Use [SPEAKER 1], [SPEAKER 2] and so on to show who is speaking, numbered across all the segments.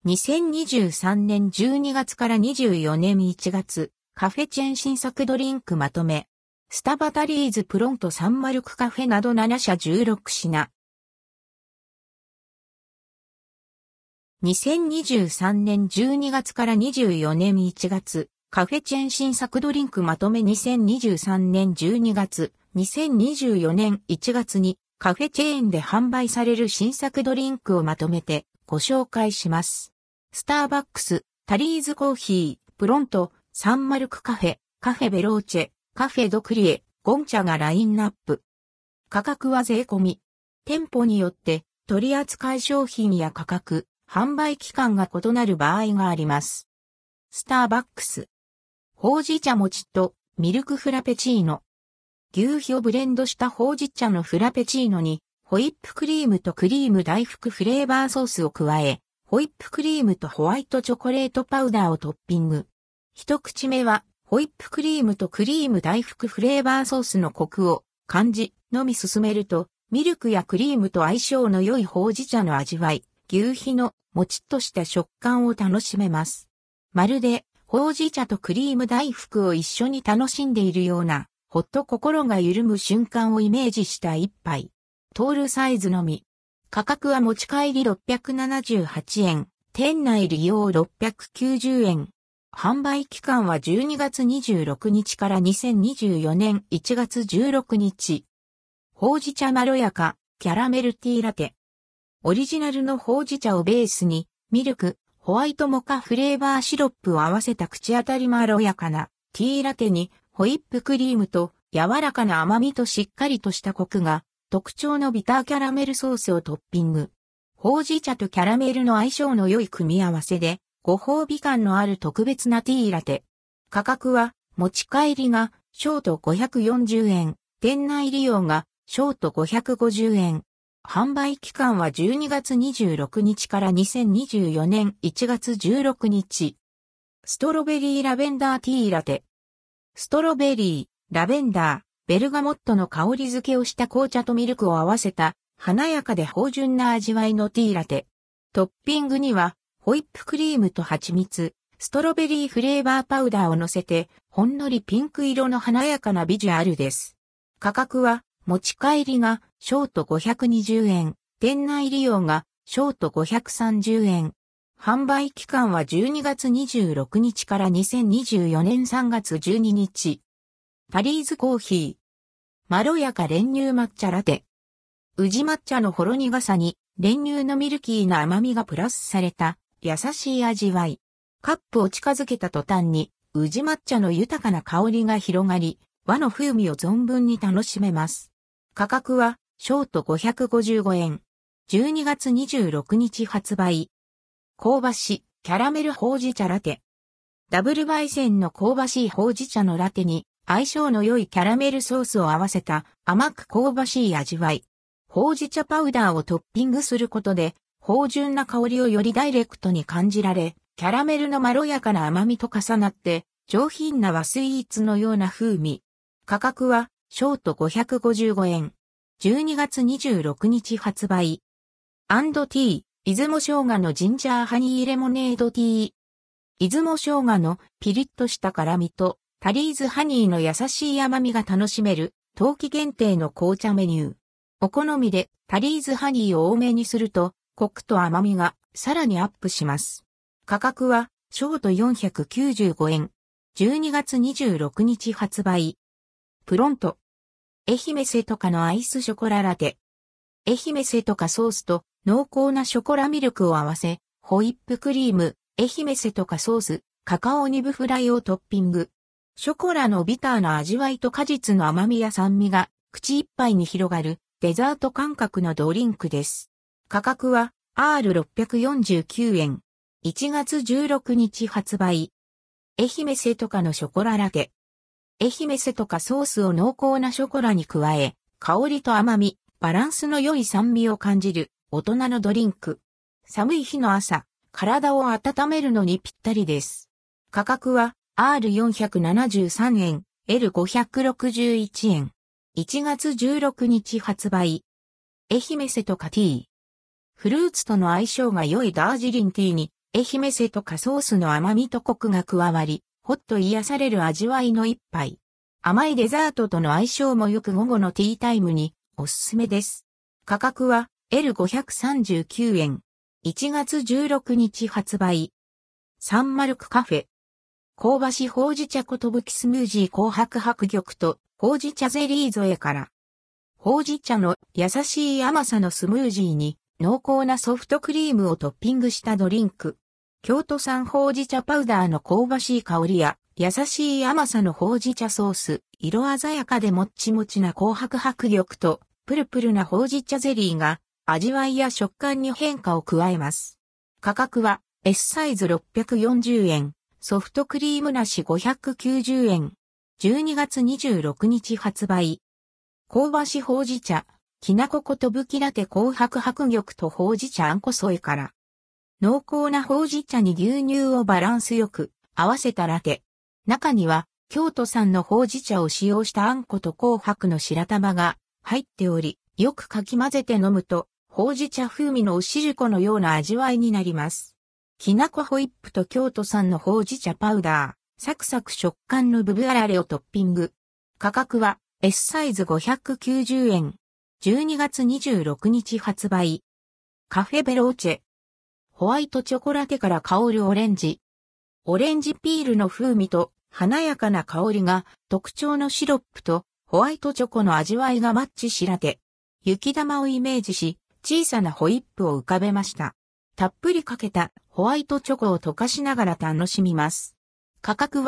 [SPEAKER 1] 2023年12月から24年1月、カフェチェーン新作ドリンクまとめ。スタバタリーズプロントサンマルクカフェなど7社16品。2023年12月から24年1月、カフェチェーン新作ドリンクまとめ2023年12月、2024年1月にカフェチェーンで販売される新作ドリンクをまとめてご紹介します。スターバックス、タリーズコーヒー、プロント、サンマルクカフェ、カフェベローチェ、カフェドクリエ、ゴンチャがラインナップ。価格は税込み。店舗によって取扱い商品や価格、販売期間が異なる場合があります。スターバックス。ほうじ茶もちとミルクフラペチーノ。牛皮をブレンドしたほうじ茶のフラペチーノにホイップクリームとクリーム大福フレーバーソースを加え、ホイップクリームとホワイトチョコレートパウダーをトッピング。一口目はホイップクリームとクリーム大福フレーバーソースのコクを感じ、飲み進めるとミルクやクリームと相性の良いほうじ茶の味わい、牛皮のもちっとした食感を楽しめます。まるでほうじ茶とクリーム大福を一緒に楽しんでいるような、ほっと心が緩む瞬間をイメージした一杯。トールサイズのみ。価格は持ち帰り678円、店内利用690円。販売期間は12月26日から2024年1月16日。ほうじ茶まろやか、キャラメルティーラテ。オリジナルのほうじ茶をベースに、ミルク、ホワイトモカフレーバーシロップを合わせた口当たりまろやかなティーラテに、ホイップクリームと柔らかな甘みとしっかりとしたコクが特徴のビターキャラメルソースをトッピング。ほうじ茶とキャラメルの相性の良い組み合わせでご褒美感のある特別なティーラテ。価格は持ち帰りがショート540円、店内利用がショート550円。販売期間は12月26日から2024年1月16日。ストロベリーラベンダーティーラテ。ストロベリー、ラベンダー、ベルガモットの香り付けをした紅茶とミルクを合わせた華やかで芳醇な味わいのティーラテ。トッピングにはホイップクリームと蜂蜜、ストロベリーフレーバーパウダーを乗せてほんのりピンク色の華やかなビジュアルです。価格は持ち帰りがショート520円、店内利用がショート530円。販売期間は12月26日から2024年3月12日。タリーズコーヒー。まろやか練乳抹茶ラテ。宇治抹茶のほろ苦さに練乳のミルキーな甘みがプラスされた優しい味わい。カップを近づけた途端に宇治抹茶の豊かな香りが広がり、和の風味を存分に楽しめます。価格はショート555円。12月26日発売。香ばしいキャラメルほうじ茶ラテ。ダブル焙煎の香ばしいほうじ茶のラテに相性の良いキャラメルソースを合わせた甘く香ばしい味わい。ほうじ茶パウダーをトッピングすることで芳醇な香りをよりダイレクトに感じられ、キャラメルのまろやかな甘みと重なって上品な和スイーツのような風味。価格はショート555円。12月26日発売。&ティー。出雲生姜のジンジャーハニーレモネードティー。出雲生姜のピリッとした辛みとタリーズハニーの優しい甘みが楽しめる冬季限定の紅茶メニュー。お好みでタリーズハニーを多めにするとコクと甘みがさらにアップします。価格はショート495円。12月26日発売。プロント。愛媛せとかのアイスショコララテ。愛媛せとかソースと濃厚なショコラミルクを合わせ、ホイップクリーム、愛媛せとかソース、カカオニブフライをトッピング。ショコラのビターな味わいと果実の甘みや酸味が口いっぱいに広がるデザート感覚のドリンクです。価格は R649 円。1月16日発売。愛媛せとかのショコララテ。愛媛せとかソースを濃厚なショコラに加え、香りと甘み、バランスの良い酸味を感じる。大人のドリンク。寒い日の朝、体を温めるのにぴったりです。価格は R473 円、L561 円。1月16日発売。愛媛せとかティー。フルーツとの相性が良いダージリンティーに愛媛瀬とかソースの甘みとコクが加わり、ほっと癒される味わいの一杯。甘いデザートとの相性もよく午後のティータイムにおすすめです。価格は L539 円。1月16日発売。サンマルクカフェ。香ばしほうじ茶ことぶきスムージー紅白白玉とほうじ茶ゼリー添えから。ほうじ茶の優しい甘さのスムージーに濃厚なソフトクリームをトッピングしたドリンク。京都産ほうじ茶パウダーの香ばしい香りや優しい甘さのほうじ茶ソース、色鮮やかでもっちもちな紅白白玉とプルプルなほうじ茶ゼリーが味わいや食感に変化を加えます。価格は S サイズ640円、ソフトクリームなし590円。12月26日発売。香ばしほうじ茶、きなこことぶきラテ紅白白玉とほうじ茶あんこ添えから。濃厚なほうじ茶に牛乳をバランスよく合わせたラテ。中には京都産のほうじ茶を使用したあんこと紅白の白玉が入っており、よくかき混ぜて飲むと、ほうじ茶風味のおしるこのような味わいになります。きなこホイップと京都産のほうじ茶パウダー、サクサク食感のブブあられをトッピング。価格は S サイズ590円。12月26日発売。カフェベローチェ。ホワイトチョコラテから香るオレンジ。オレンジピールの風味と華やかな香りが特徴のシロップとホワイトチョコの味わいがマッチしラテ。雪玉をイメージし小さなホイップを浮かべました。たっぷりかけたホワイトチョコを溶かしながら楽しみます。価格は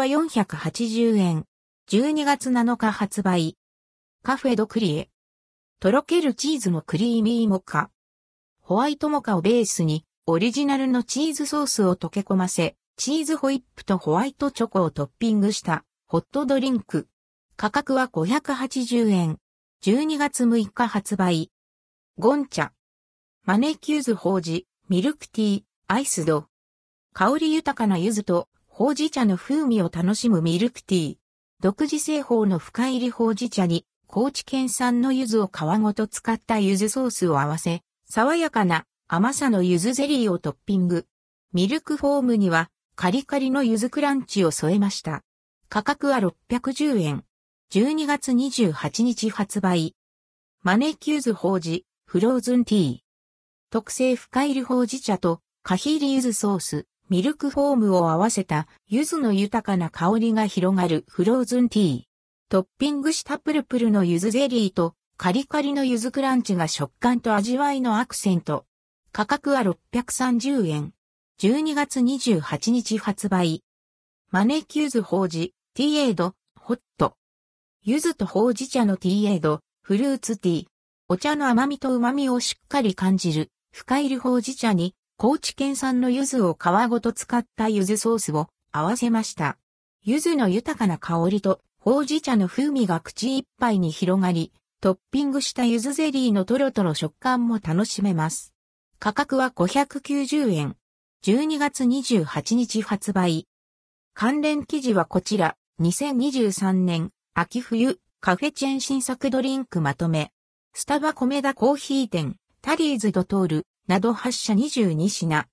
[SPEAKER 1] 480円。12月7日発売。カフェドクリエ。とろけるチーズのクリーミーモカ。ホワイトモカをベースにオリジナルのチーズソースを溶け込ませ、チーズホイップとホワイトチョコをトッピングしたホットドリンク。価格は580円。12月6日発売。ゴンチャ。マネキューズほうじ、ミルクティー、アイスド。香り豊かな柚子とほうじ茶の風味を楽しむミルクティー。独自製法の深入りほうじ茶に高知県産の柚子を皮ごと使った柚子ソースを合わせ、爽やかな甘さの柚子ゼリーをトッピング。ミルクフォームにはカリカリの柚子クランチを添えました。価格は610円。12月28日発売。マネキューズほうじ、フローズンティー。特製深入りほうじ茶とカヒリ柚子ソース、ミルクフォームを合わせた柚子の豊かな香りが広がるフローズンティー。トッピングしたプルプルの柚子ゼリーとカリカリの柚子クランチが食感と味わいのアクセント。価格は630円。12月28日発売。マネキューズほうじ、ティーエード、ホット。柚子とほうじ茶のティーエード、フルーツティー。お茶の甘みと旨みをしっかり感じる、深入りほうじ茶に、高知県産の柚子を皮ごと使った柚子ソースを合わせました。柚子の豊かな香りと、ほうじ茶の風味が口いっぱいに広がり、トッピングした柚子ゼリーのトロトロ食感も楽しめます。価格は590円。12月28日発売。関連記事はこちら、2023年、秋冬、カフェチェーン新作ドリンクまとめ。スタバコメダコーヒー店、タリーズドトール、など8社22品。